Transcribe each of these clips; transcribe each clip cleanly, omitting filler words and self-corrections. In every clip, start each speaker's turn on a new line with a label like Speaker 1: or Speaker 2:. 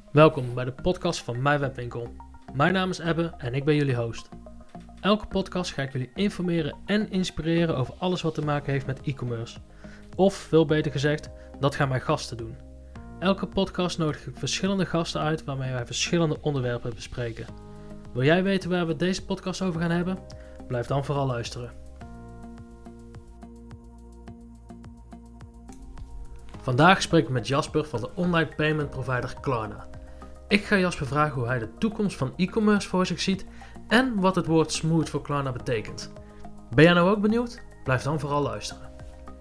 Speaker 1: Welkom bij de podcast van Mijn Webwinkel. Mijn naam is Ebbe en ik ben jullie host. Elke podcast ga ik jullie informeren en inspireren over alles wat te maken heeft met e-commerce. Of, veel beter gezegd, dat gaan mijn gasten doen. Elke podcast nodig ik verschillende gasten uit waarmee wij verschillende onderwerpen bespreken. Wil jij weten waar we deze podcast over gaan hebben? Blijf dan vooral luisteren. Vandaag spreek ik met Jasper van de online payment provider Klarna. Ik ga Jasper vragen hoe hij de toekomst van e-commerce voor zich ziet en wat het woord smooth voor Klarna betekent. Ben jij nou ook benieuwd? Blijf dan vooral luisteren.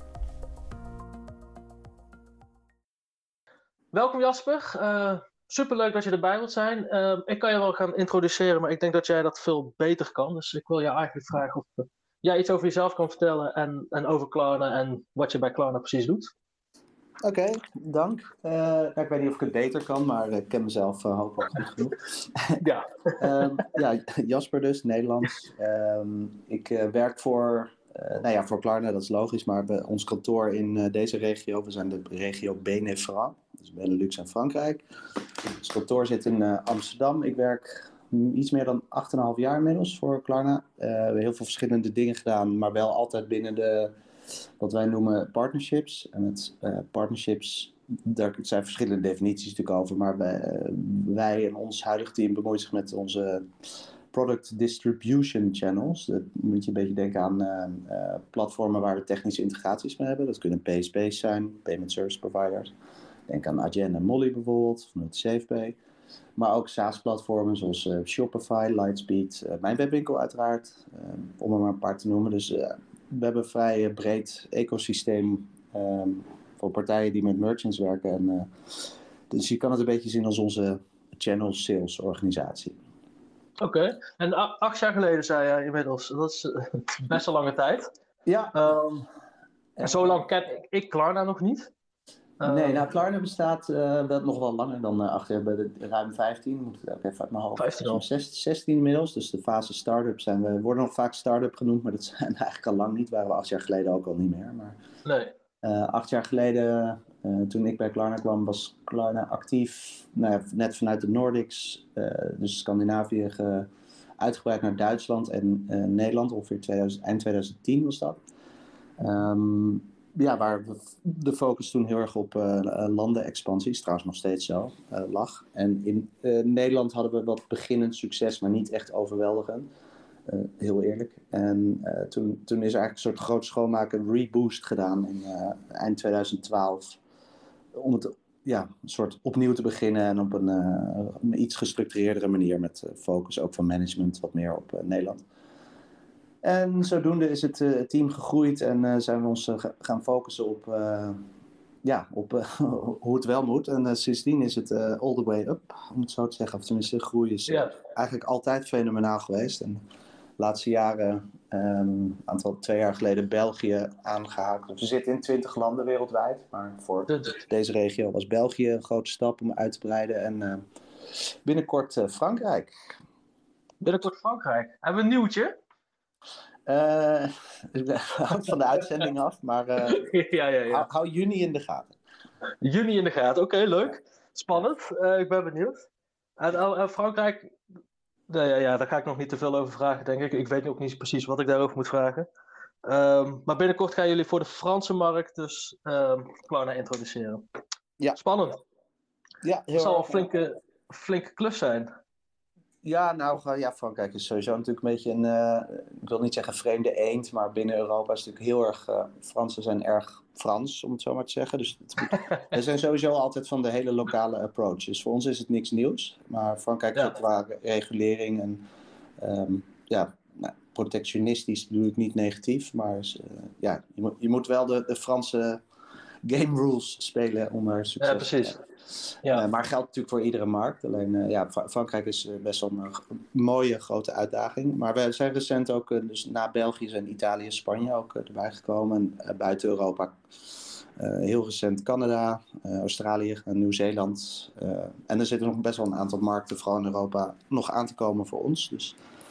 Speaker 1: Welkom Jasper, superleuk dat je erbij wilt zijn. Ik kan je wel gaan introduceren, maar ik denk dat jij dat veel beter kan. Dus ik wil je eigenlijk vragen of jij iets over jezelf kan vertellen en over Klarna en wat je bij Klarna precies doet.
Speaker 2: Oké, dank. Ik weet niet of ik het beter kan, maar ik ken mezelf hopelijk goed genoeg.
Speaker 1: Ja.
Speaker 2: Jasper dus, Nederlands. Ik werk voor Klarna, dat is logisch, maar ons kantoor in deze regio, we zijn de regio Benelux, dus Benelux en Frankrijk. Ons kantoor zit in Amsterdam. Ik werk iets meer dan 8,5 jaar inmiddels voor Klarna. We hebben heel veel verschillende dingen gedaan, maar wel altijd binnen de wat wij noemen partnerships. En met partnerships, daar zijn verschillende definities natuurlijk over, maar wij en ons huidige team bemoeien zich met onze product distribution channels. Dat moet je een beetje denken aan platformen waar we technische integraties mee hebben. Dat kunnen PSP's zijn, payment service providers. Denk aan Adyen en Molly bijvoorbeeld, vanuit SafePay. Maar ook SaaS-platformen zoals Shopify, Lightspeed, Mijn Webwinkel uiteraard, om er maar een paar te noemen. Dus we hebben een vrij breed ecosysteem voor partijen die met merchants werken. Dus je kan het een beetje zien als onze channel sales organisatie.
Speaker 1: Oké. En 8 jaar geleden zei jij inmiddels, dat is best een lange tijd.
Speaker 2: Ja.
Speaker 1: En zo lang ken ik Klarna nog niet.
Speaker 2: Klarna bestaat nog wel langer dan 8 jaar, ruim 15. Moet ik even uit mijn hoofd. 16 inmiddels, dus de fase start-up zijn we. Worden nog vaak start-up genoemd, maar dat zijn eigenlijk al lang niet. Waren we 8 jaar geleden ook al niet meer. Maar,
Speaker 1: nee.
Speaker 2: 8 jaar geleden, toen ik bij Klarna kwam, was Klarna actief. Net vanuit de Nordics, dus Scandinavië, uitgebreid naar Duitsland en Nederland. Ongeveer eind 2010 was dat. Waar de focus toen heel erg op landenexpansie, is trouwens nog steeds zo, lag. En in Nederland hadden we wat beginnend succes, maar niet echt overweldigend. Heel eerlijk. En toen is er eigenlijk een soort groot schoonmaak, een reboost gedaan in eind 2012. Om het een soort opnieuw te beginnen en op een iets gestructureerdere manier met focus ook van management wat meer op Nederland. En zodoende is het team gegroeid en zijn we ons gaan focussen op hoe het wel moet. En sindsdien is het all the way up, om het zo te zeggen. Of tenminste, de groei is eigenlijk altijd fenomenaal geweest. En de laatste jaren, 2 jaar geleden, België aangehaakt. We zitten in 20 landen wereldwijd, maar voor deze regio was België een grote stap om uit te breiden. En binnenkort Frankrijk.
Speaker 1: Binnenkort Frankrijk. Hebben we een nieuwtje?
Speaker 2: Hangt van de uitzending af, maar hou juni in de gaten.
Speaker 1: Juni in de gaten, oké, leuk. Spannend, ik ben benieuwd. En Frankrijk, daar ga ik nog niet te veel over vragen, denk ik. Ik weet ook niet precies wat ik daarover moet vragen. Maar binnenkort gaan jullie voor de Franse markt dus Klarna introduceren.
Speaker 2: Ja.
Speaker 1: Spannend.
Speaker 2: Ja,
Speaker 1: Het zal een flinke klus zijn.
Speaker 2: Frankrijk is sowieso natuurlijk een beetje ik wil niet zeggen vreemde eend, maar binnen Europa is het natuurlijk heel erg, Fransen zijn erg Frans, om het zo maar te zeggen. Dus we zijn sowieso altijd van de hele lokale approach. Dus voor ons is het niks nieuws, maar Frankrijk is ook qua regulering en protectionistisch bedoel ik niet negatief, maar je moet wel de Franse game rules spelen om er succes te hebben.
Speaker 1: Precies. Ja.
Speaker 2: Maar geldt natuurlijk voor iedere markt. Alleen Frankrijk is best wel een mooie grote uitdaging. Maar we zijn recent ook, dus na België zijn Italië, Spanje ook erbij gekomen. En buiten Europa heel recent Canada, Australië, Nieuw-Zeeland. En er zitten nog best wel een aantal markten, vooral in Europa, nog aan te komen voor ons. Dus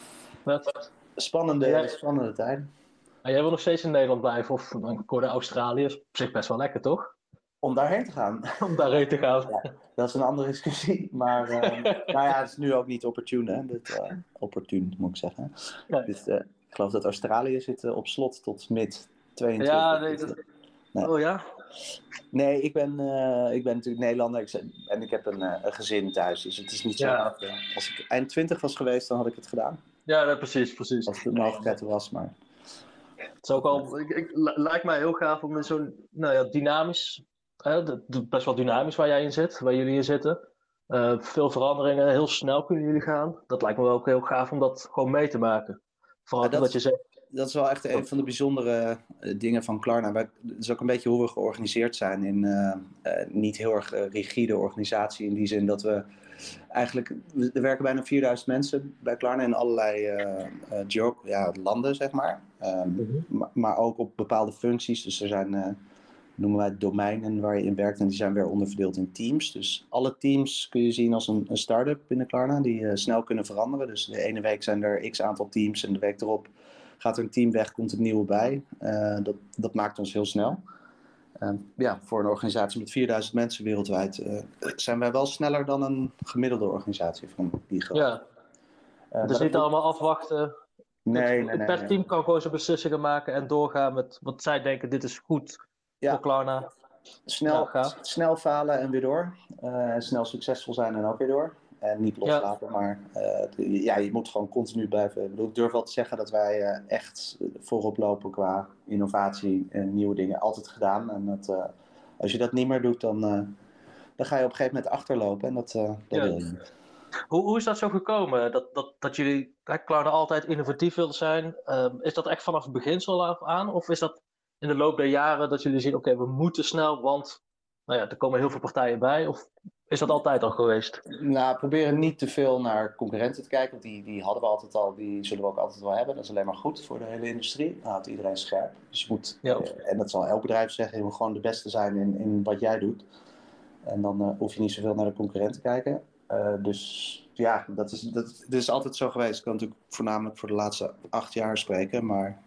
Speaker 2: spannende tijden.
Speaker 1: Maar jij wil nog steeds in Nederland blijven? Of ik hoorde Australië, is op zich best wel lekker, toch?
Speaker 2: om daarheen te gaan.
Speaker 3: om daarheen te gaan.
Speaker 2: Ja, dat is een andere discussie. Maar nou ja, het is nu ook niet opportun. Hè? Opportun, moet ik zeggen.
Speaker 3: Nee.
Speaker 2: Ik geloof dat Australië zit op slot tot mid 22.
Speaker 3: Ja, nee,
Speaker 2: Nee.
Speaker 3: Oh ja?
Speaker 2: Nee, ik ben natuurlijk Nederlander en ik heb een gezin thuis. Dus het is niet zo.
Speaker 3: Ja.
Speaker 2: Als ik eind 20 was geweest, dan had ik het gedaan.
Speaker 3: Ja, nee, precies.
Speaker 2: Als het de mogelijkheid was, maar...
Speaker 3: Het is ook al, lijkt mij heel gaaf om in zo'n dynamisch, best wel dynamisch waar jij in zit, waar jullie in zitten. Veel veranderingen, heel snel kunnen jullie gaan. Dat lijkt me wel ook heel gaaf om dat gewoon mee te maken. Vooral wat je zegt.
Speaker 2: Dat is wel echt een van de bijzondere dingen van Klarna. Het is ook een beetje hoe we georganiseerd zijn in niet heel erg rigide organisatie. In die zin dat we eigenlijk... Er werken bijna 4000 mensen bij Klarna in allerlei landen, zeg maar. Maar ook op bepaalde functies. Dus er zijn, noemen wij domeinen waar je in werkt. En die zijn weer onderverdeeld in teams. Dus alle teams kun je zien als een start-up binnen Klarna. Die snel kunnen veranderen. Dus de ene week zijn er x aantal teams. En de week erop gaat er een team weg, komt een nieuwe bij. Dat maakt ons heel snel. Voor een organisatie met 4000 mensen wereldwijd zijn wij wel sneller dan een gemiddelde organisatie van die grootte.
Speaker 3: Ja. Dus niet allemaal afwachten.
Speaker 2: Nee.
Speaker 3: Per team kan gewoon zijn beslissingen maken en doorgaan met wat zij denken, dit is goed voor Klarna.
Speaker 2: Snel falen en weer door. Snel succesvol zijn en ook weer door. En niet loslaten, maar je moet gewoon continu blijven. Ik durf wel te zeggen dat wij echt voorop lopen qua innovatie en nieuwe dingen. Altijd gedaan. En als je dat niet meer doet, dan ga je op een gegeven moment achterlopen. En dat wil je niet.
Speaker 3: Hoe is dat zo gekomen? Dat jullie Klarna altijd innovatief wilden zijn? Is dat echt vanaf het beginsel af aan? Of is dat in de loop der jaren dat jullie zien, oké, we moeten snel, want er komen heel veel partijen bij? Of is dat altijd al geweest?
Speaker 2: Nou, proberen niet te veel naar concurrenten te kijken. Want die hadden we altijd al, die zullen we ook altijd wel hebben. Dat is alleen maar goed voor de hele industrie. Dan houdt iedereen scherp. Dus je moet, en dat zal elk bedrijf zeggen, je moet gewoon de beste zijn in wat jij doet. En dan hoef je niet zoveel naar de concurrenten te kijken. Dus ja, dat is altijd zo geweest. Ik kan natuurlijk voornamelijk voor de laatste 8 jaar spreken. Maar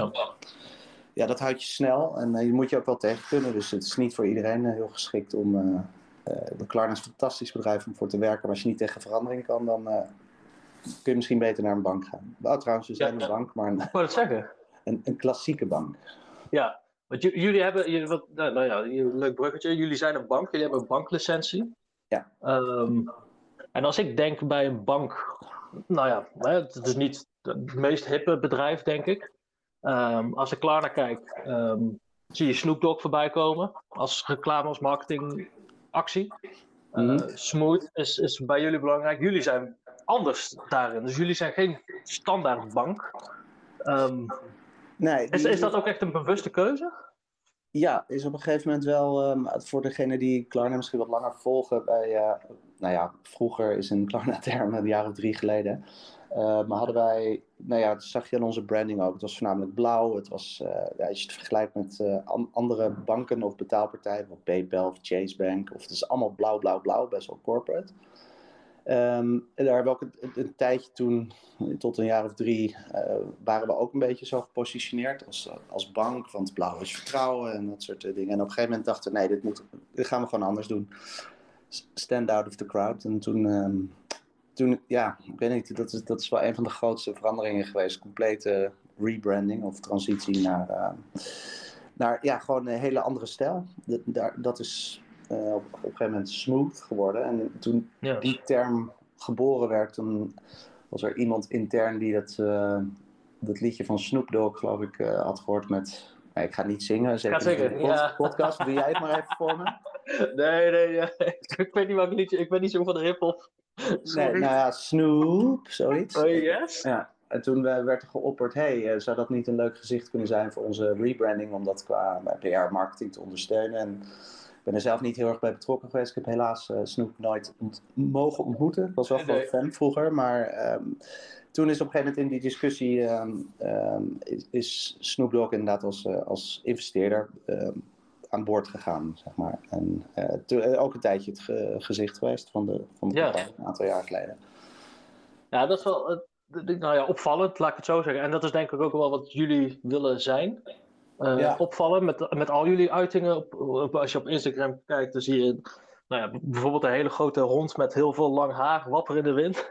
Speaker 2: dat houdt je snel. En je moet je ook wel tegen kunnen. Dus het is niet voor iedereen heel geschikt om... Klarna is een fantastisch bedrijf om voor te werken. Maar als je niet tegen verandering kan, dan kun je misschien beter naar een bank gaan. Trouwens, we zijn een bank, maar een klassieke bank.
Speaker 3: Ja, want jullie hebben... leuk bruggetje. Jullie zijn een bank. Jullie hebben een banklicentie.
Speaker 2: Ja.
Speaker 3: En als ik denk bij een bank... het is niet het meest hippe bedrijf, denk ik. Als ik Klarna kijk, zie je Snoop Dogg voorbij komen. Als reclame, als marketingactie. Smooth is bij jullie belangrijk. Jullie zijn anders daarin. Dus jullie zijn geen standaard bank. Is dat ook echt een bewuste keuze?
Speaker 2: Ja, is op een gegeven moment wel voor degenen die Klarna misschien wat langer volgen. Vroeger is een Klarna-term een jaar of 3 geleden. Maar hadden wij, dat zag je aan onze branding ook. Het was voornamelijk blauw. Het was, als je het vergelijkt met andere banken of betaalpartijen, of PayPal of Chase Bank, of het is allemaal blauw, blauw, blauw, best wel corporate. En daar hebben we ook een tijdje toen, tot een jaar of 3, waren we ook een beetje zo gepositioneerd als bank. Want blauw is vertrouwen en dat soort dingen. En op een gegeven moment dachten we, nee, dit gaan we gewoon anders doen. Stand out of the crowd. En toen ik weet niet, dat is wel een van de grootste veranderingen geweest. Complete rebranding of transitie naar gewoon een hele andere stijl. Dat is op een gegeven moment smooth geworden. En toen die term geboren werd, toen was er iemand intern die dat liedje van Snoop Dogg, geloof ik, had gehoord met... ik ga niet zingen, zeker in de podcast. Doe jij het maar even voor me?
Speaker 3: Nee. Ik weet niet welk liedje. Ik ben niet zo van de hiphop.
Speaker 2: Nee, Snoop, zoiets.
Speaker 3: Oh yes?
Speaker 2: Ja. En toen werd er geopperd, zou dat niet een leuk gezicht kunnen zijn voor onze rebranding, om dat qua PR-marketing te ondersteunen. En ik ben er zelf niet heel erg bij betrokken geweest. Ik heb helaas Snoop nooit mogen ontmoeten. Ik was wel gewoon fan vroeger, maar toen is op een gegeven moment in die discussie is Snoop Dogg inderdaad als investeerder aan boord gegaan, zeg maar. En ook een tijdje het gezicht geweest van de een aantal jaar geleden.
Speaker 3: Ja, dat is wel opvallend, laat ik het zo zeggen. En dat is denk ik ook wel wat jullie willen zijn.
Speaker 2: Ja.
Speaker 3: opvallen met al jullie uitingen. Als je op Instagram kijkt, dan zie je bijvoorbeeld een hele grote hond met heel veel lang haar, wapper in de wind.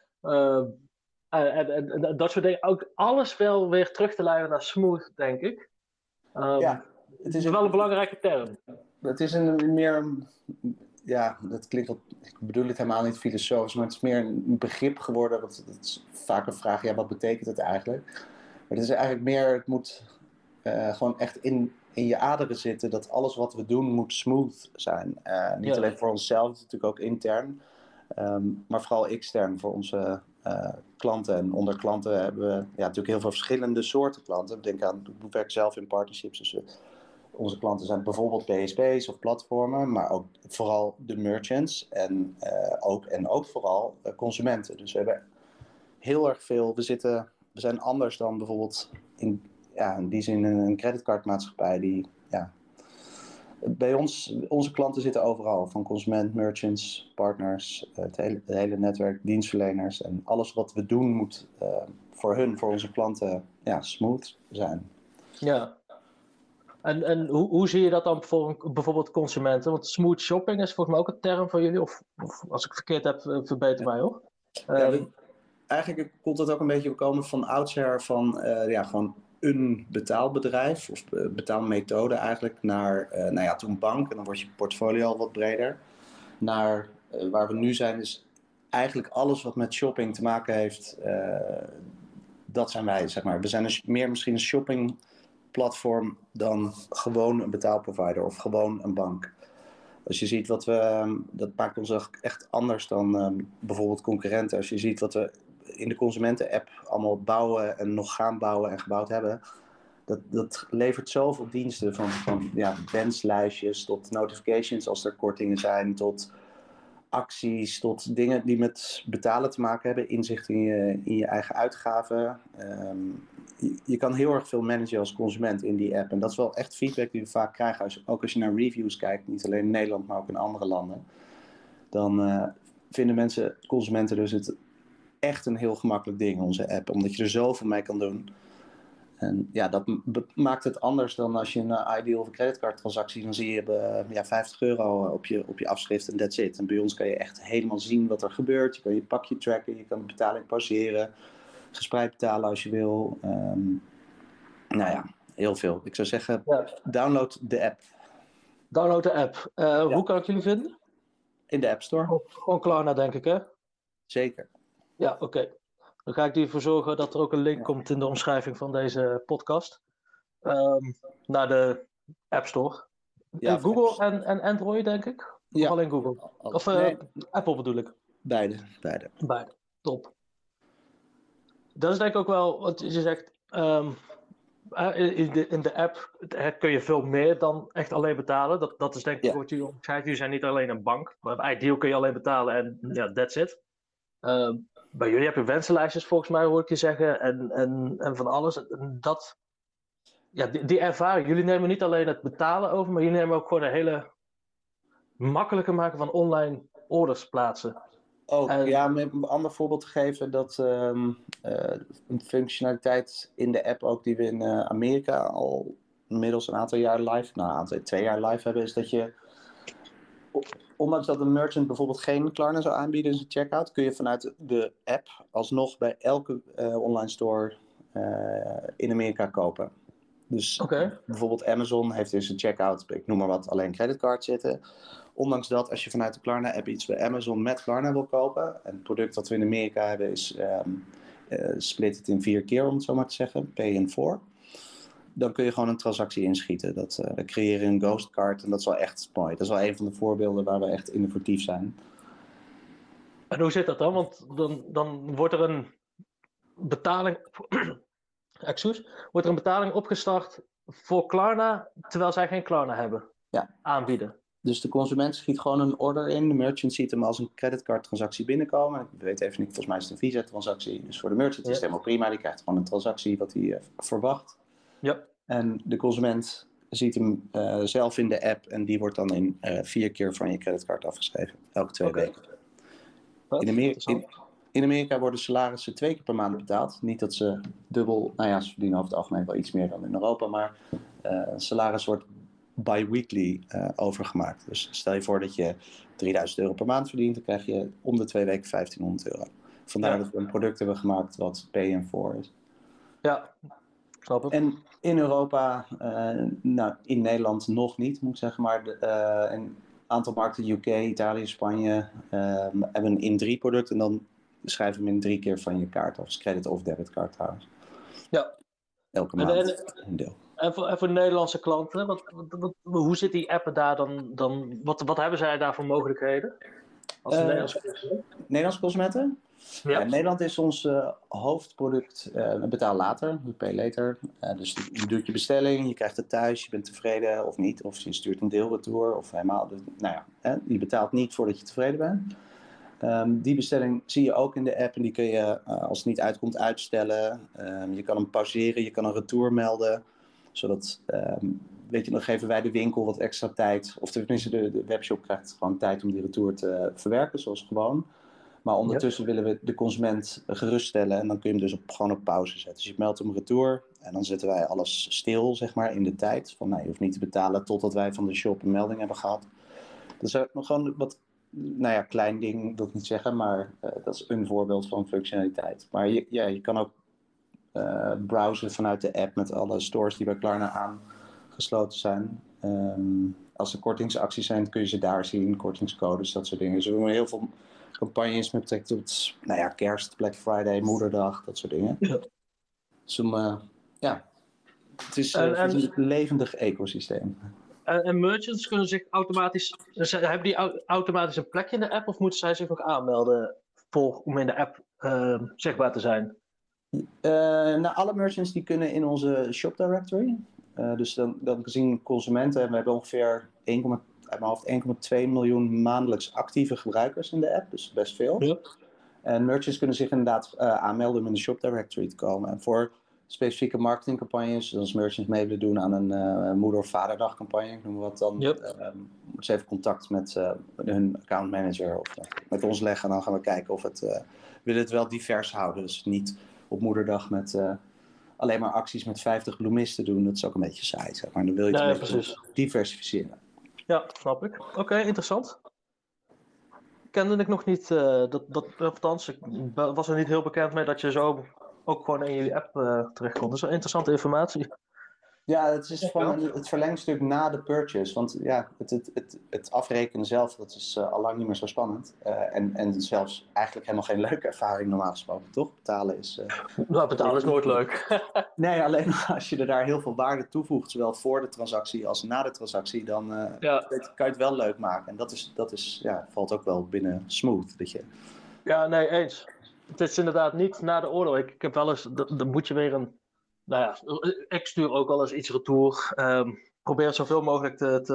Speaker 3: En dat soort dingen. Ook alles wel weer terug te leiden naar smooth, denk ik. Het is wel een belangrijke term.
Speaker 2: Het is een meer... Ja, dat klinkt ik bedoel het helemaal niet filosofisch, maar het is meer een begrip geworden. Het is vaak een vraag, wat betekent het eigenlijk? Maar het is eigenlijk meer, het moet gewoon echt in je aderen zitten, dat alles wat we doen moet smooth zijn. Niet alleen voor onszelf, natuurlijk ook intern, maar vooral extern voor onze klanten. En onder klanten hebben we natuurlijk heel veel verschillende soorten klanten. Denk aan, ik werk zelf in partnerships, dus onze klanten zijn bijvoorbeeld PSP's of platformen, maar ook vooral de merchants en ook vooral consumenten. Dus we hebben heel erg veel, we zijn anders dan bijvoorbeeld in die zin een creditcardmaatschappij die, bij ons, onze klanten zitten overal, van consument, merchants, partners, het hele netwerk, dienstverleners en alles wat we doen moet voor onze klanten, smooth zijn.
Speaker 3: Ja. En hoe zie je dat dan voor bijvoorbeeld consumenten? Want smooth shopping is volgens mij ook een term van jullie. Of als ik verkeerd heb, verbeter mij hoor.
Speaker 2: Eigenlijk komt dat ook een beetje komen van oudsher van gewoon een betaalbedrijf of betaalmethode eigenlijk naar toen bank. En dan wordt je portfolio al wat breder. Naar waar we nu zijn is eigenlijk alles wat met shopping te maken heeft. Dat zijn wij, zeg maar. We zijn meer misschien een shoppingplatform dan gewoon een betaalprovider of gewoon een bank. Als je ziet dat maakt ons echt anders dan bijvoorbeeld concurrenten. Als je ziet wat we in de consumenten-app allemaal bouwen en nog gaan bouwen en gebouwd hebben. Dat levert zoveel diensten van wenslijstjes tot notifications als er kortingen zijn, tot acties, tot dingen die met betalen te maken hebben, inzicht in je eigen uitgaven. Je kan heel erg veel managen als consument in die app. En dat is wel echt feedback die we vaak krijgen, ook als je naar reviews kijkt, niet alleen in Nederland, maar ook in andere landen. Dan vinden consumenten dus het echt een heel gemakkelijk ding, onze app. Omdat je er zoveel mee kan doen. En dat maakt het anders dan als je een Ideal of een creditcardtransactie, dan zie je €50 op je afschrift en that's it. En bij ons kan je echt helemaal zien wat er gebeurt. Je kan je pakje tracken, je kan de betaling pauzeren, gespreid betalen als je wil. Heel veel. Ik zou zeggen, download de app.
Speaker 3: Download de app. Hoe kan ik jullie vinden?
Speaker 2: In de App Store.
Speaker 3: Gewoon Klarna, denk ik, hè?
Speaker 2: Zeker.
Speaker 3: Ja, oké. Dan ga ik ervoor zorgen dat er ook een link komt in de omschrijving van deze podcast. Naar de App Store. Google en Android, denk ik? Of alleen Google? Of Apple bedoel ik?
Speaker 2: Beide.
Speaker 3: Top. Dat is denk ik ook wel wat je zegt. In de app kun je veel meer dan echt alleen betalen. Dat is denk ik wat jullie omschrijven. Jullie zijn niet alleen een bank. Bij Ideal kun je alleen betalen en that's it. Bij jullie heb je wensenlijstjes volgens mij, hoor ik je zeggen. En van alles. Die ervaring. Jullie nemen niet alleen het betalen over, maar jullie nemen ook gewoon een hele makkelijker maken van online orders plaatsen.
Speaker 2: Ook, om een ander voorbeeld te geven, dat een functionaliteit in de app ook die we in Amerika al inmiddels een aantal jaar live, 2 jaar live hebben, is dat je, ondanks dat een merchant bijvoorbeeld geen Klarna zou aanbieden in zijn checkout, kun je vanuit de app alsnog bij elke online store in Amerika kopen. Dus bijvoorbeeld Amazon heeft in zijn checkout, ik noem maar wat, alleen creditcard zitten. Ondanks dat, als je vanuit de Klarna-app iets bij Amazon met Klarna wil kopen, en het product dat we in Amerika hebben is split het in 4 keer, om het zo maar te zeggen, pay in 4. Dan kun je gewoon een transactie inschieten. We creëren een ghost card en dat is wel echt mooi. Dat is wel een van de voorbeelden waar we echt innovatief zijn.
Speaker 3: En hoe zit dat dan? Want dan wordt er een betaling... wordt er een betaling opgestart voor Klarna, terwijl zij geen Klarna hebben aanbieden.
Speaker 2: Dus de consument schiet gewoon een order in. De merchant ziet hem als een creditcard-transactie binnenkomen. Ik weet even niet, volgens mij is het een Visa-transactie. Dus voor de merchant is het helemaal prima. Die krijgt gewoon een transactie wat hij verwacht. Ja. En de consument ziet hem zelf in de app. En die wordt dan in 4 keer van je creditcard afgeschreven. Elke 2 weken. In Amerika worden salarissen 2 keer per maand betaald. Niet dat ze dubbel... ze verdienen over het algemeen wel iets meer dan in Europa. Maar salaris wordt bi-weekly overgemaakt. Dus stel je voor dat je €3000 per maand verdient, dan krijg je om de 2 weken €1500. Vandaar dat we een product hebben gemaakt wat pay in 4 is.
Speaker 3: Ja, snap het.
Speaker 2: En in Europa, in Nederland nog niet, moet ik zeggen, maar een aantal markten, UK, Italië, Spanje, hebben een in-3 product en dan schrijf je hem in 3 keer van je kaart af. Dus credit of debitcard trouwens.
Speaker 3: Ja.
Speaker 2: Elke maand een deel.
Speaker 3: En voor de Nederlandse klanten, hoe zit die app daar dan wat hebben zij daar voor mogelijkheden? Als
Speaker 2: Nederlandse consumenten?
Speaker 3: Ja.
Speaker 2: Nederland is ons hoofdproduct betaal later, pay later. Dus je doet je bestelling, je krijgt het thuis, je bent tevreden of niet. Of je stuurt een deelretour of helemaal. Je betaalt niet voordat je tevreden bent. Die bestelling zie je ook in de app en die kun je als het niet uitkomt uitstellen. Je kan hem pauzeren, je kan een retour melden. Zodat, dan geven wij de winkel wat extra tijd. Of tenminste de webshop krijgt gewoon tijd om die retour te verwerken zoals gewoon. Maar ondertussen willen we de consument geruststellen en dan kun je hem dus gewoon op pauze zetten. Dus je meldt hem retour en dan zetten wij alles stil, zeg maar, in de tijd. Van je hoeft niet te betalen totdat wij van de shop een melding hebben gehad. Dat is nog gewoon wat, klein ding wil ik niet zeggen, maar dat is een voorbeeld van functionaliteit. Maar je kan ook browsen vanuit de app met alle stores die bij Klarna aangesloten zijn. Als er kortingsacties zijn, kun je ze daar zien, kortingscodes, dat soort dingen. Dus we doen heel veel campagnes met betrekking tot kerst, Black Friday, Moederdag, dat soort dingen. Ja. Dus het is een levendig ecosysteem.
Speaker 3: En merchants kunnen zich automatisch, hebben die automatisch een plekje in de app of moeten zij zich ook aanmelden om in de app zichtbaar te zijn?
Speaker 2: Alle merchants die kunnen in onze shop directory. Dus dan zien consumenten, en we hebben ongeveer 1,2 miljoen maandelijks actieve gebruikers in de app, dus best veel. Ja. En merchants kunnen zich inderdaad aanmelden om in de shop directory te komen. En voor specifieke marketingcampagnes, als merchants mee willen doen aan een moeder- of vaderdagcampagne, ik noem wat dan, moeten ze even contact met hun accountmanager of met ons leggen. En dan gaan we kijken of we willen het wel divers houden. Dus niet op moederdag met alleen maar acties met 50 bloemisten doen. Dat is ook een beetje saai, zeg maar. Dan wil je het een beetje diversificeren.
Speaker 3: Ja, snap ik. Oké, interessant. Kende ik nog niet, althans, ik was er niet heel bekend mee dat je zo ook gewoon in jullie app terecht kon. Dat is wel interessante informatie.
Speaker 2: Ja, het is van het verlengstuk na de purchase. Want het afrekenen zelf, dat is al lang niet meer zo spannend. En zelfs eigenlijk helemaal geen leuke ervaring normaal gesproken, toch? Betalen is...
Speaker 3: betalen is nooit leuk.
Speaker 2: Nee, alleen als je er daar heel veel waarde toevoegt, zowel voor de transactie als na de transactie, dan kan je het wel leuk maken. En dat is valt ook wel binnen Smooth. Dat je...
Speaker 3: Ja, nee, eens. Het is inderdaad niet na de oorlog. Ik heb wel eens, dan moet je weer een... ik stuur ook wel eens iets retour. Probeer het zoveel mogelijk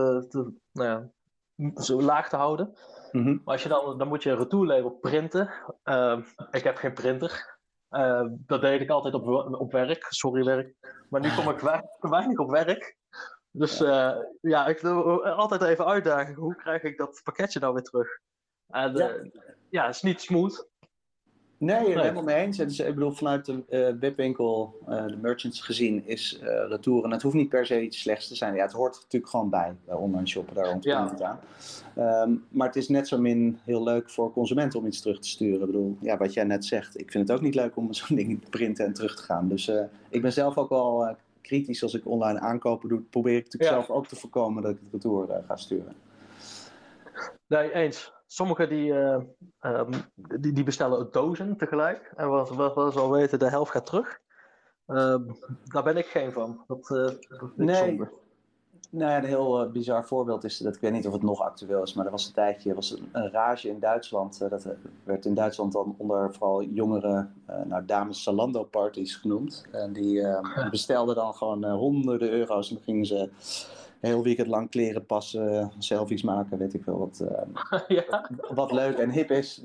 Speaker 3: zo laag te houden. Mm-hmm. Maar als je dan moet je een retourlabel printen. Ik heb geen printer. Dat deed ik altijd op werk. Sorry werk. Maar nu kom ik weinig op werk. Dus ik wil altijd even uitdagen. Hoe krijg ik dat pakketje nou weer terug? En het is niet smooth.
Speaker 2: Nee, helemaal mee eens. Dus, ik bedoel, vanuit de webwinkel, de merchants gezien, is retour. En het hoeft niet per se iets slechts te zijn. Ja, het hoort natuurlijk gewoon bij online shoppen, daar ontkomt het aan. Maar het is net zo min heel leuk voor consumenten om iets terug te sturen. Ik bedoel, wat jij net zegt, ik vind het ook niet leuk om zo'n ding te printen en terug te gaan. Dus ik ben zelf ook wel kritisch als ik online aankopen doe. Probeer ik natuurlijk zelf ook te voorkomen dat ik het retour ga sturen.
Speaker 3: Nee, eens. Sommigen die bestellen dozen tegelijk. En wat we al weten, de helft gaat terug. Daar ben ik geen van. Dat
Speaker 2: nee. Nou, een heel bizar voorbeeld is dat, ik weet niet of het nog actueel is, maar er was een tijdje een rage in Duitsland. Dat werd in Duitsland dan onder vooral jongere dames Zalando parties genoemd. En die bestelden dan gewoon honderden euro's en dan gingen ze heel weekend lang kleren passen, selfies maken, weet ik wel wat leuk en hip is.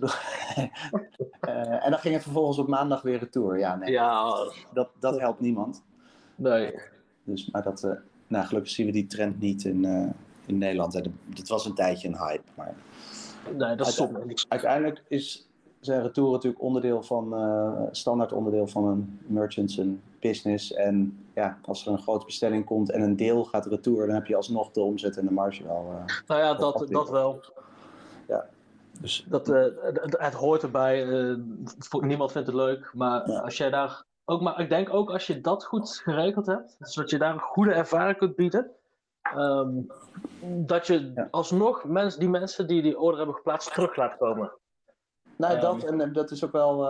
Speaker 2: En dan ging het vervolgens op maandag weer retour. Ja, nee, dat helpt niemand.
Speaker 3: Nee.
Speaker 2: Dus, maar gelukkig zien we die trend niet in Nederland. Het was een tijdje een hype. Maar
Speaker 3: nee, dat is
Speaker 2: uiteindelijk is zijn retouren natuurlijk standaard onderdeel van een merchant zijn business. En ja, als er een grote bestelling komt en een deel gaat retour, dan heb je alsnog de omzet en de marge wel.
Speaker 3: Nou ja, dat wel.
Speaker 2: Ja. Dus,
Speaker 3: Het hoort erbij. Niemand vindt het leuk. Maar
Speaker 2: Ja.
Speaker 3: als jij daar ook maar, ik denk ook als je dat goed geregeld hebt, zodat je daar een goede ervaring kunt bieden, dat je alsnog die mensen die order hebben geplaatst terug laat komen.
Speaker 2: Nou, dat is ook wel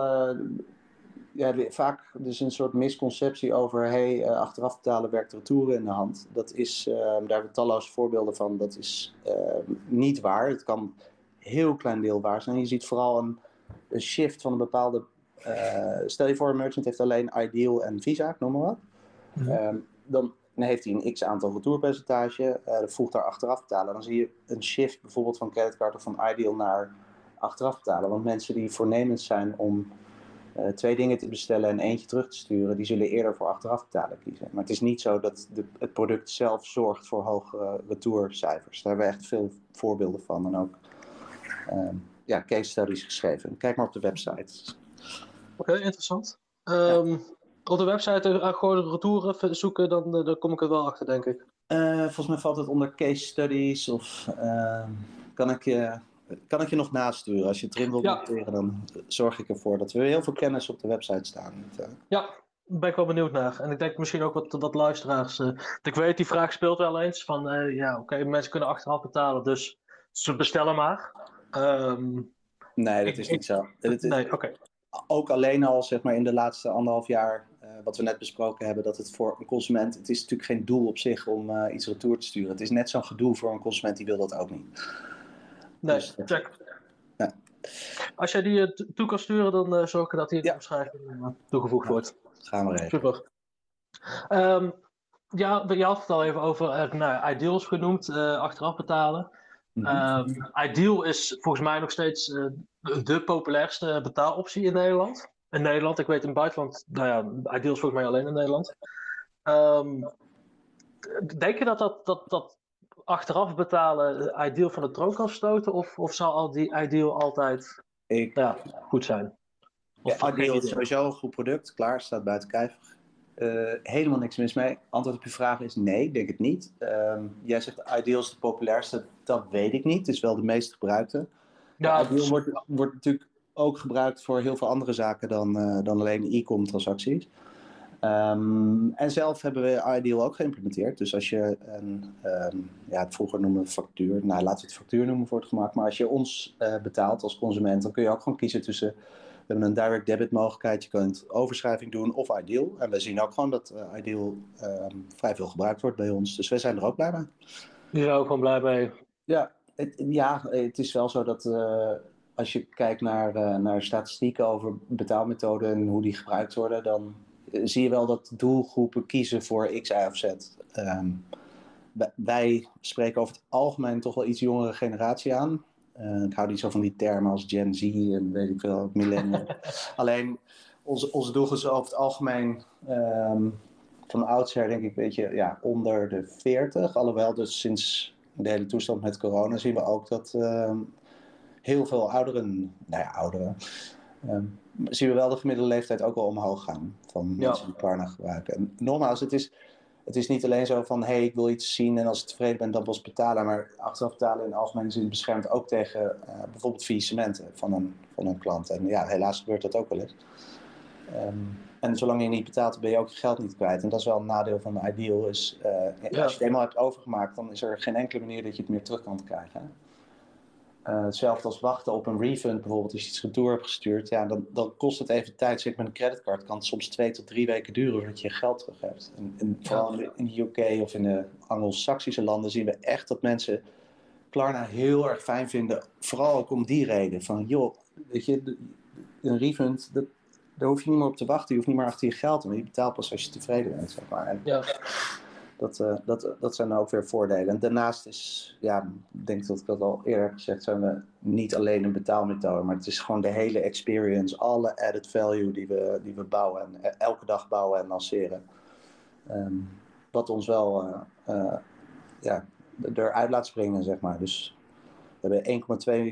Speaker 2: vaak dus een soort misconceptie over achteraf betalen werkt retouren in de hand. Dat is, daar hebben we talloze voorbeelden van. Dat is niet waar. Het kan een heel klein deel waar zijn. Je ziet vooral een shift van een bepaalde. Stel je voor, een merchant heeft alleen Ideal en Visa, noem maar wat.
Speaker 3: Mm-hmm.
Speaker 2: Dan heeft hij een x aantal retourpercentage. Voegt daar achteraf betalen. Dan zie je een shift bijvoorbeeld van creditcard of van Ideal naar achteraf betalen. Want mensen die voornemens zijn om 2 dingen te bestellen en eentje terug te sturen, die zullen eerder voor achteraf betalen kiezen. Maar het is niet zo dat het product zelf zorgt voor hoge retourcijfers. Daar hebben we echt veel voorbeelden van. En ook case studies geschreven. Kijk maar op de website.
Speaker 3: Oké, interessant. Op de website gewoon de retouren zoeken, dan kom ik er wel achter, denk ik.
Speaker 2: Volgens mij valt het onder case studies of kan ik je nog nasturen. Als je het erin wilt noteren, dan zorg ik ervoor dat we heel veel kennis op de website staan.
Speaker 3: Ja, daar ben ik wel benieuwd naar. En ik denk misschien ook wat luisteraars. Ik weet, die vraag speelt wel eens. Van mensen kunnen achteraf betalen, dus ze bestellen maar.
Speaker 2: Nee, dat is niet zo.
Speaker 3: Nee, oké.
Speaker 2: Ook alleen al zeg maar in de laatste 1,5 jaar, wat we net besproken hebben, dat het voor een consument, het is natuurlijk geen doel op zich om iets retour te sturen. Het is net zo'n gedoe voor een consument, die wil dat ook niet.
Speaker 3: Nee,
Speaker 2: dus,
Speaker 3: check.
Speaker 2: Ja.
Speaker 3: Als jij die toe kan sturen, dan zorg ik dat die in de beschrijving toegevoegd wordt.
Speaker 2: Gaan we regelen.
Speaker 3: Super. Je had het al even over Ideals genoemd, achteraf betalen. Ideal is volgens mij nog steeds de populairste betaaloptie in Nederland. In Nederland, ik weet in het buitenland, Ideal is volgens mij alleen in Nederland. Denk je dat achteraf betalen Ideal van de troon kan stoten? Of zal al die Ideal altijd goed zijn?
Speaker 2: Ideal is sowieso een goed product. Klaar, staat buiten kijf. Helemaal niks mis mee. Antwoord op je vraag is nee, denk het niet. Jij zegt Ideal is de populairste. Dat weet ik niet. Het is wel de meest gebruikte. Ideal wordt natuurlijk ook gebruikt voor heel veel andere zaken dan alleen e-com transacties. En zelf hebben we Ideal ook geïmplementeerd. Dus als je het vroeger noemden we factuur. Nou, laten we het factuur noemen voor het gemak. Maar als je ons betaalt als consument, dan kun je ook gewoon kiezen tussen. We hebben een direct debit mogelijkheid. Je kunt overschrijving doen of Ideal. En we zien ook gewoon dat Ideal vrij veel gebruikt wordt bij ons. Dus wij zijn er ook blij mee.
Speaker 3: Je zijn ook gewoon blij mee.
Speaker 2: Ja, het is wel zo dat als je kijkt naar statistieken over betaalmethoden en hoe die gebruikt worden, dan zie je wel dat doelgroepen kiezen voor X, Y of Z. Wij spreken over het algemeen toch wel iets jongere generatie aan. Ik hou niet zo van die termen als Gen Z en weet ik veel, millennial. Alleen onze doelgroep is over het algemeen van oudsher denk ik een beetje onder de 40. Alhoewel dus sinds de hele toestand met corona zien we ook dat heel veel ouderen zien we wel de gemiddelde leeftijd ook wel omhoog gaan van mensen die Klarna gebruiken. En nogmaals, het is niet alleen zo van ik wil iets zien en als ik tevreden ben dan pas betalen, maar achteraf betalen in de algemene zin beschermt ook tegen bijvoorbeeld faillissementen van een klant. En helaas gebeurt dat ook wel eens. En zolang je niet betaalt, ben je ook je geld niet kwijt. En dat is wel een nadeel van Ideal. Als je het eenmaal hebt overgemaakt, dan is er geen enkele manier dat je het meer terug kan krijgen. Hetzelfde als wachten op een refund bijvoorbeeld. Als je iets retour hebt gestuurd, dan kost het even tijd. Zeker met een creditcard kan het soms 2 tot 3 weken duren voordat je je geld terug hebt. En vooral in de UK of in de Anglo-Saxische landen zien we echt dat mensen Klarna heel erg fijn vinden. Vooral ook om die reden. Van weet je, een refund, daar hoef je niet meer op te wachten. Je hoeft niet meer achter je geld. Maar je betaalt pas als je tevreden bent. Zeg maar. En dat zijn ook weer voordelen. En daarnaast is, ik denk dat ik dat al eerder heb gezegd, zijn we niet alleen een betaalmethode. Maar het is gewoon de hele experience. Alle added value die we bouwen. En elke dag bouwen en lanceren. Wat ons wel eruit laat springen, zeg maar. Dus we hebben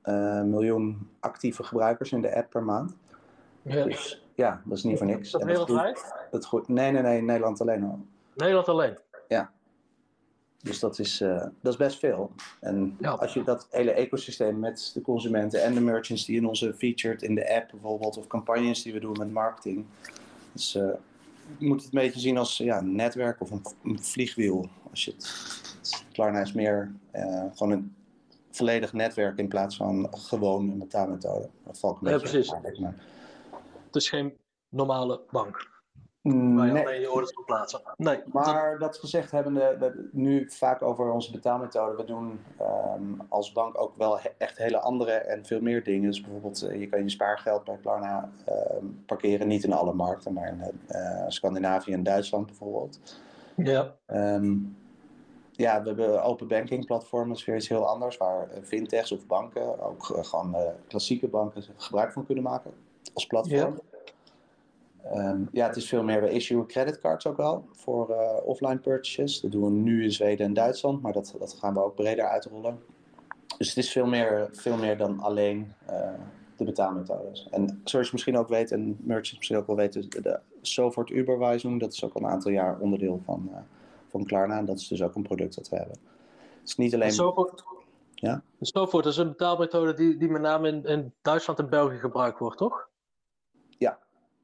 Speaker 2: miljoen actieve gebruikers in de app per maand.
Speaker 3: Ja.
Speaker 2: Dus ja, dat is niet voor niks.
Speaker 3: Dat
Speaker 2: En
Speaker 3: wereldwijd?
Speaker 2: Nee, Nederland alleen al.
Speaker 3: Nederland alleen?
Speaker 2: Ja. Dus dat is best veel. En als je dat hele ecosysteem met de consumenten en de merchants die in onze featured in de app bijvoorbeeld, of campagnes die we doen met marketing. Dus je moet het een beetje zien als een netwerk of een vliegwiel. Klarna is meer gewoon een volledig netwerk in plaats van gewoon een betaalmethode. Dat valt een beetje
Speaker 3: precies.
Speaker 2: maar.
Speaker 3: Het is geen normale bank. Waar je alleen je orders kan plaatsen. Nee.
Speaker 2: Maar dat gezegd hebben we nu vaak over onze betaalmethode. We doen als bank ook wel echt hele andere en veel meer dingen. Dus bijvoorbeeld je kan je spaargeld bij Klarna parkeren. Niet in alle markten, maar in Scandinavië en Duitsland bijvoorbeeld.
Speaker 3: Ja.
Speaker 2: We hebben open banking platformen. Dat is weer iets heel anders. Waar fintechs of banken, ook gewoon klassieke banken, gebruik van kunnen maken als platform.
Speaker 3: Ja.
Speaker 2: Het is veel meer, we issuen creditcards ook wel voor offline purchases. Dat doen we nu in Zweden en Duitsland, maar dat gaan we ook breder uitrollen. Dus het is veel meer dan alleen de betaalmethodes. En zoals je misschien ook weet, en merchants misschien ook wel weten, de Sofort Überweisung, dat is ook al een aantal jaar onderdeel van Klarna. En dat is dus ook een product dat we hebben. Het is niet alleen...
Speaker 3: De Sofort is een betaalmethode die met name in Duitsland en België gebruikt wordt, toch?
Speaker 2: Ja.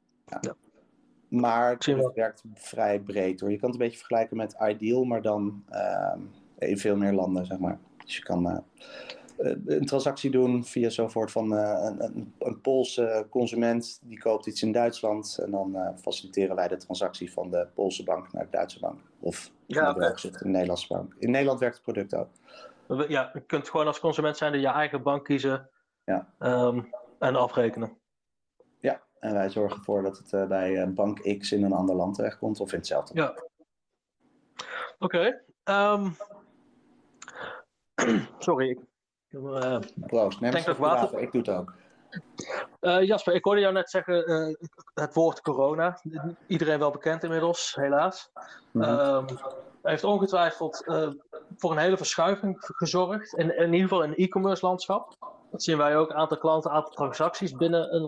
Speaker 2: Maar het werkt vrij breed hoor. Je kan het een beetje vergelijken met Ideal, maar dan in veel meer landen, zeg maar. Dus je kan een transactie doen via Sofort van een Poolse consument die koopt iets in Duitsland. En dan faciliteren wij de transactie van de Poolse bank naar de Duitse bank. Of van de Belgische of de Nederlandse bank. In Nederland werkt het product ook.
Speaker 3: Ja, je kunt gewoon als consument zijn je eigen bank kiezen en afrekenen.
Speaker 2: Ja, en wij zorgen ervoor dat het bij bank X in een ander land terechtkomt of in hetzelfde.
Speaker 3: Ja. Oké. Sorry.
Speaker 2: Proost, neem eens water. Ik doe het ook.
Speaker 3: Jasper, ik hoorde jou net zeggen het woord corona. Iedereen wel bekend inmiddels, helaas. Heeft ongetwijfeld voor een hele verschuiving gezorgd. In ieder geval in het e-commerce landschap. Dat zien wij ook. Een aantal klanten, een aantal transacties binnen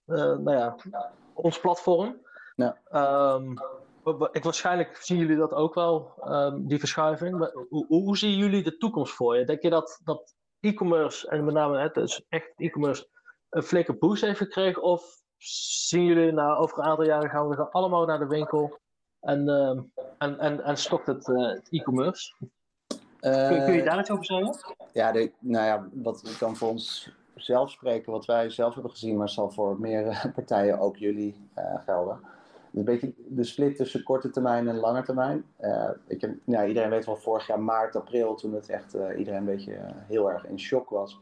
Speaker 3: ons platform. Ja. Waarschijnlijk zien jullie dat ook wel, die verschuiving. Maar hoe zien jullie de toekomst voor je? Denk je dat e-commerce, en met name dus echt e-commerce, een flinke boost heeft gekregen? Of zien jullie over een aantal jaren gaan we allemaal naar de winkel en stokt het e-commerce? Kun je daar iets over zeggen?
Speaker 2: Wat ik kan voor ons zelf spreken, wat wij zelf hebben gezien, maar zal voor meerdere partijen ook jullie gelden. Een beetje de split tussen korte termijn en lange termijn. Iedereen weet wel, vorig jaar maart, april, toen het echt iedereen een beetje heel erg in shock was.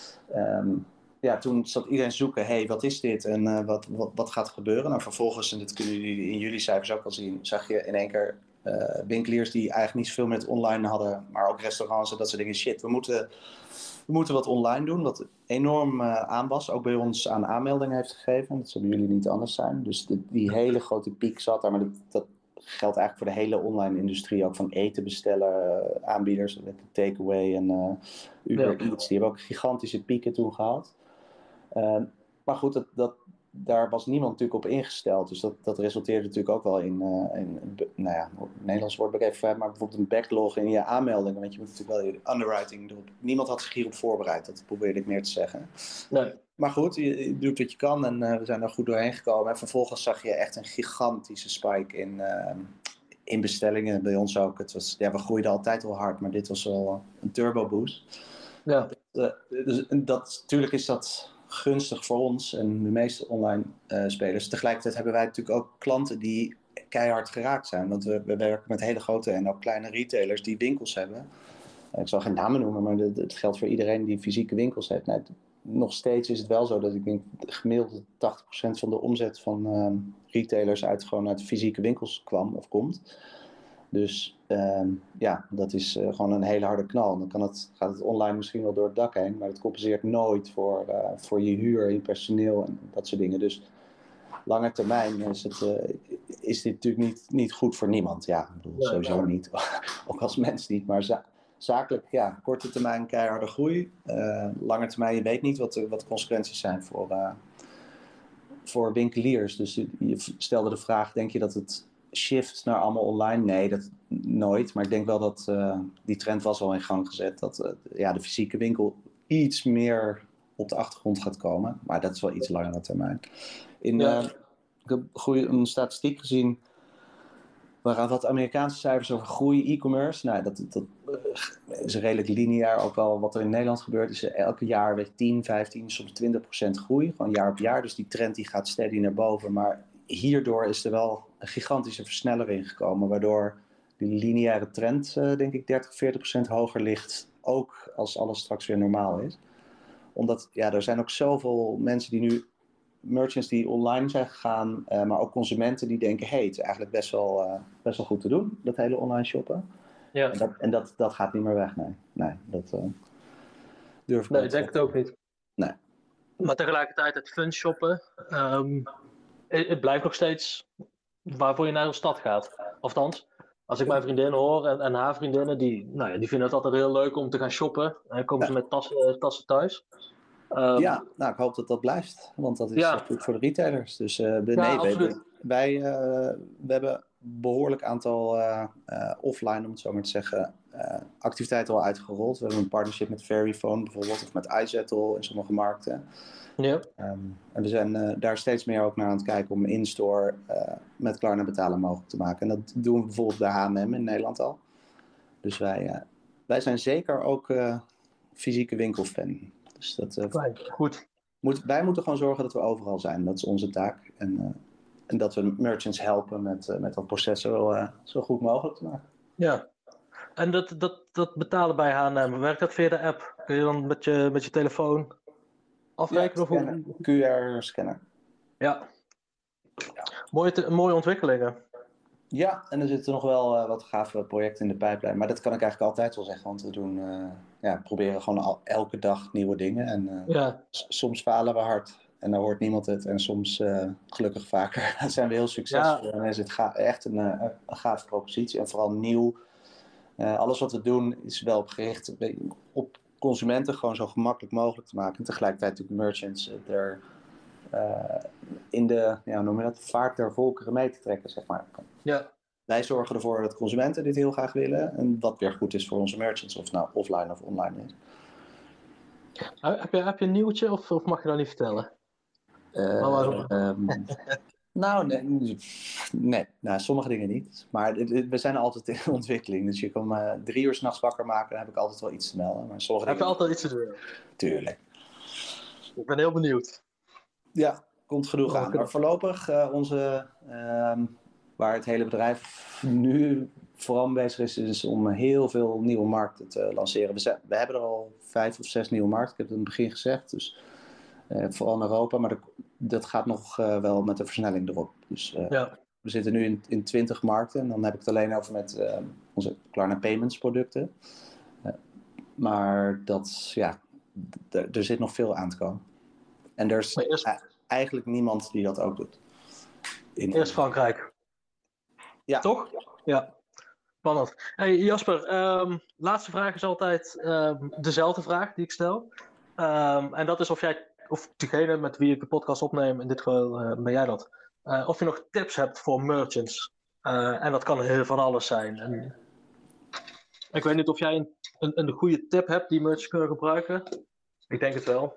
Speaker 2: Toen zat iedereen zoeken, wat is dit en wat gaat er gebeuren? Nou, vervolgens, en dat kunnen jullie in jullie cijfers ook wel zien, zag je in één keer winkeliers die eigenlijk niet zoveel met online hadden, maar ook restaurants en dat soort dingen. Shit, we moeten wat online doen, wat enorm aanwas, ook bij ons aan aanmeldingen heeft gegeven. Dat zullen jullie niet anders zijn. Dus die hele grote piek zat daar, maar dat geldt eigenlijk voor de hele online industrie, ook van eten bestellen, aanbieders, takeaway en Uber Eats, die hebben ook gigantische pieken toen gehad. Maar goed, daar was niemand natuurlijk op ingesteld. Dus dat resulteerde natuurlijk ook wel in Nederlands woord even, maar bijvoorbeeld een backlog in je aanmeldingen. Want je moet natuurlijk wel je underwriting doen. Niemand had zich hierop voorbereid, dat probeerde ik meer te zeggen. Nee. Maar goed, je doet wat je kan en we zijn er goed doorheen gekomen. En vervolgens zag je echt een gigantische spike in bestellingen. Bij ons ook. We groeiden altijd al hard, maar dit was wel een turbo boost. Ja. Dus natuurlijk is dat gunstig voor ons en de meeste online spelers. Tegelijkertijd hebben wij natuurlijk ook klanten die keihard geraakt zijn. Want we werken met hele grote en ook kleine retailers die winkels hebben. Ik zal geen namen noemen, maar het geldt voor iedereen die fysieke winkels heeft. Nog steeds is het wel zo dat ik denk gemiddeld 80% van de omzet van retailers uit fysieke winkels kwam of komt. Dus dat is gewoon een hele harde knal. Dan gaat het online misschien wel door het dak heen, maar het compenseert nooit voor je huur, je personeel en dat soort dingen. Dus lange termijn is dit natuurlijk niet goed voor niemand. Ja, ik bedoel, sowieso niet. Ook als mens niet, maar zakelijk, ja, korte termijn keiharde groei. Lange termijn, je weet niet wat de consequenties zijn voor winkeliers. Dus je stelde de vraag, denk je dat het shift naar allemaal online? Nee, dat nooit. Maar ik denk wel dat die trend was al in gang gezet. Dat de fysieke winkel iets meer op de achtergrond gaat komen. Maar dat is wel iets langere termijn. Ik heb een statistiek gezien waar wat Amerikaanse cijfers over groei e-commerce. Nou, dat is redelijk lineair. Ook wel wat er in Nederland gebeurt. Is elke jaar weer 10, 15, soms 20% groei. Gewoon jaar op jaar. Dus die trend die gaat steady naar boven. Maar hierdoor is er wel een gigantische versneller ingekomen. Waardoor die lineaire trend, denk ik, 30, 40% hoger ligt. Ook als alles straks weer normaal is. Omdat, er zijn ook zoveel mensen die nu... merchants die online zijn gegaan, maar ook consumenten die denken, het is eigenlijk best wel goed te doen, dat hele online shoppen.
Speaker 3: Ja.
Speaker 2: En dat gaat niet meer weg, nee. Dat durf ik
Speaker 3: Nee, ik denk het ook niet.
Speaker 2: Nee.
Speaker 3: Maar tegelijkertijd het fun shoppen, het blijft nog steeds waarvoor je naar een stad gaat. Althans, als ik mijn vriendinnen hoor en haar vriendinnen, die vinden het altijd heel leuk om te gaan shoppen. En dan komen ze met tassen thuis.
Speaker 2: Ik hoop dat dat blijft, want dat is goed voor de retailers. Dus wij hebben een behoorlijk aantal offline, om het zo maar te zeggen, activiteiten al uitgerold. We hebben een partnership met Veryphone bijvoorbeeld, of met iZettle in sommige markten.
Speaker 3: Ja.
Speaker 2: En we zijn daar steeds meer ook naar aan het kijken om in-store met Klarna betalen mogelijk te maken. En dat doen we bijvoorbeeld bij H&M in Nederland al. Dus wij zijn zeker ook fysieke winkelfan. Dus dat,
Speaker 3: goed.
Speaker 2: Wij moeten gewoon zorgen dat we overal zijn. Dat is onze taak. En dat we merchants helpen met dat proces zo goed mogelijk te maken.
Speaker 3: Ja. En dat betalen bij H&M, werkt dat via de app? Kun je dan met je telefoon afrekenen?
Speaker 2: QR-scanner.
Speaker 3: Ja. Mooie ontwikkelingen.
Speaker 2: Ja, en er zitten nog wel wat gave projecten in de pijplijn. Maar dat kan ik eigenlijk altijd wel zeggen. Want we doen, proberen gewoon elke dag nieuwe dingen. En soms falen we hard. En dan hoort niemand het. En soms, gelukkig vaker, zijn we heel succesvol. En is het echt een gave propositie. En vooral nieuw. Alles wat we doen is wel gericht op consumenten gewoon zo gemakkelijk mogelijk te maken. En tegelijkertijd natuurlijk merchants er in de noem je dat, vaart der volkeren mee te trekken, zeg maar.
Speaker 3: Ja.
Speaker 2: Wij zorgen ervoor dat consumenten dit heel graag willen. En wat weer goed is voor onze merchants, of het nou offline of online is.
Speaker 3: Heb je een nieuwtje of mag je dat niet vertellen?
Speaker 2: Nee, sommige dingen niet. Maar we zijn altijd in ontwikkeling. Dus je kan me 3 uur 's nachts wakker maken, dan heb ik altijd wel iets te melden. Maar
Speaker 3: heb je altijd iets te doen?
Speaker 2: Tuurlijk.
Speaker 3: Ik ben heel benieuwd.
Speaker 2: Ja, komt genoeg aan. Maar voorlopig waar het hele bedrijf nu vooral mee bezig is om heel veel nieuwe markten te lanceren. We hebben er al 5 of 6 nieuwe markten. Ik heb het in het begin gezegd. Dus vooral in Europa. Maar dat gaat nog wel met de versnelling erop. Dus we zitten nu in 20 markten. En dan heb ik het alleen over met onze Klarna Payments producten. Maar er zit nog veel aan te komen. En er is eigenlijk niemand die dat ook doet.
Speaker 3: Eerst Frankrijk.
Speaker 2: Ja.
Speaker 3: Toch? Ja. Spannend. Hey Jasper, laatste vraag is altijd dezelfde vraag die ik stel. En dat is of degene met wie ik de podcast opneem, in dit geval ben jij dat, of je nog tips hebt voor merchants. En dat kan heel van alles zijn. En ik weet niet of jij een goede tip hebt die merchants kunnen gebruiken. Ik denk het wel.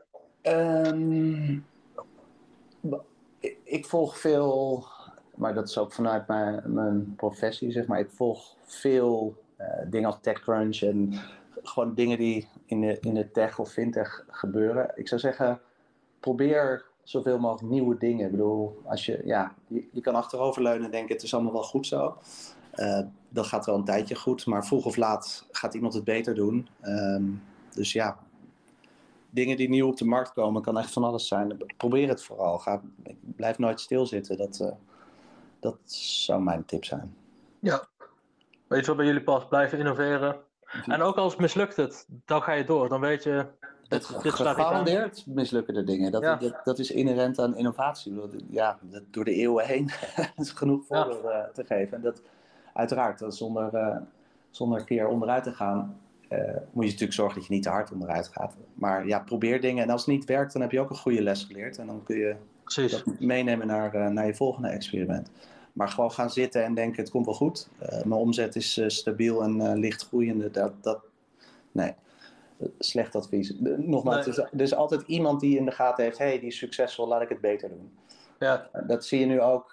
Speaker 2: Ik volg veel, maar dat is ook vanuit mijn professie, zeg maar. Ik volg veel dingen als TechCrunch en gewoon dingen die in de tech of fintech gebeuren. Ik zou zeggen, probeer zoveel mogelijk nieuwe dingen. Ik bedoel, als je kan achteroverleunen en denken, het is allemaal wel goed zo. Dat gaat wel een tijdje goed, maar vroeg of laat gaat iemand het beter doen. Dus ja, dingen die nieuw op de markt komen, kan echt van alles zijn. Probeer het vooral. Blijf nooit stilzitten. Dat zou mijn tip zijn.
Speaker 3: Ja. Weet je wat bij jullie past? Blijven innoveren. En ook als mislukt het, dan ga je door. Dan weet je, dit slaat niet
Speaker 2: gegarandeerd mislukken de dingen. Dat is inherent aan innovatie. Door de eeuwen heen is genoeg voorbeelden te geven. En dat uiteraard, zonder een keer onderuit te gaan, moet je natuurlijk zorgen dat je niet te hard onderuit gaat. Maar ja, probeer dingen. En als het niet werkt, dan heb je ook een goede les geleerd. En dan kun je dat meenemen naar je volgende experiment. Maar gewoon gaan zitten en denken, het komt wel goed. Mijn omzet is stabiel en licht groeiende. Nee, slecht advies. Nogmaals, nee. Er is altijd iemand die in de gaten heeft, hey, die is succesvol, laat ik het beter doen.
Speaker 3: Ja.
Speaker 2: Dat zie je nu ook.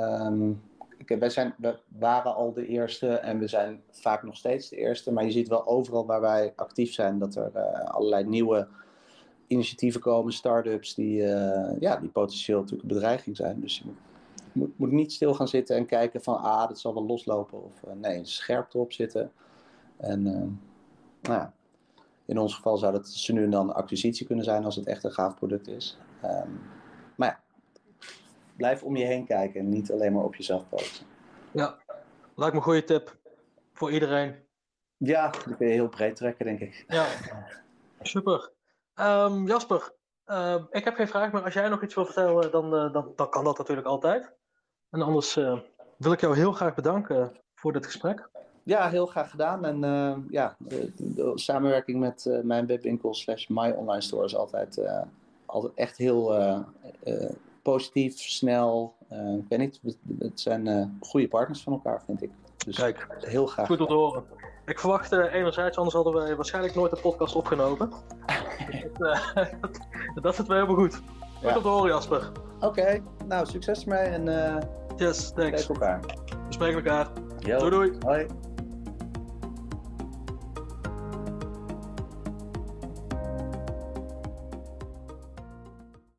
Speaker 2: We waren al de eerste en we zijn vaak nog steeds de eerste. Maar je ziet wel overal waar wij actief zijn dat er allerlei nieuwe initiatieven komen, start-ups die potentieel natuurlijk een bedreiging zijn. Dus je moet niet stil gaan zitten en kijken van dat zal wel loslopen. Of nee, scherp erop zitten. En in ons geval zou dat zo nu en dan een acquisitie kunnen zijn als het echt een gaaf product is. Maar ja, blijf om je heen kijken en niet alleen maar op jezelf focussen.
Speaker 3: Ja, lijkt me een goede tip voor iedereen.
Speaker 2: Ja, die kun je heel breed trekken, denk ik.
Speaker 3: Ja, super. Jasper, ik heb geen vraag meer. Als jij nog iets wil vertellen, dan kan dat natuurlijk altijd. En anders wil ik jou heel graag bedanken voor dit gesprek.
Speaker 2: Ja, heel graag gedaan. En de samenwerking met mijn webwinkel /myonlinestore is altijd echt heel positief, snel. Ik weet niet, het zijn goede partners van elkaar, vind ik. Dus
Speaker 3: kijk,
Speaker 2: heel graag.
Speaker 3: Goed om te horen. Ik verwacht enerzijds, anders hadden wij waarschijnlijk nooit de podcast opgenomen. Dat zit wel helemaal goed. Goed om te horen, Jasper.
Speaker 2: Oké, nou succes ermee en
Speaker 3: yes, thanks.
Speaker 2: elkaar.
Speaker 3: We spreken elkaar.
Speaker 2: Yo.
Speaker 3: Doei doei.
Speaker 2: Hoi.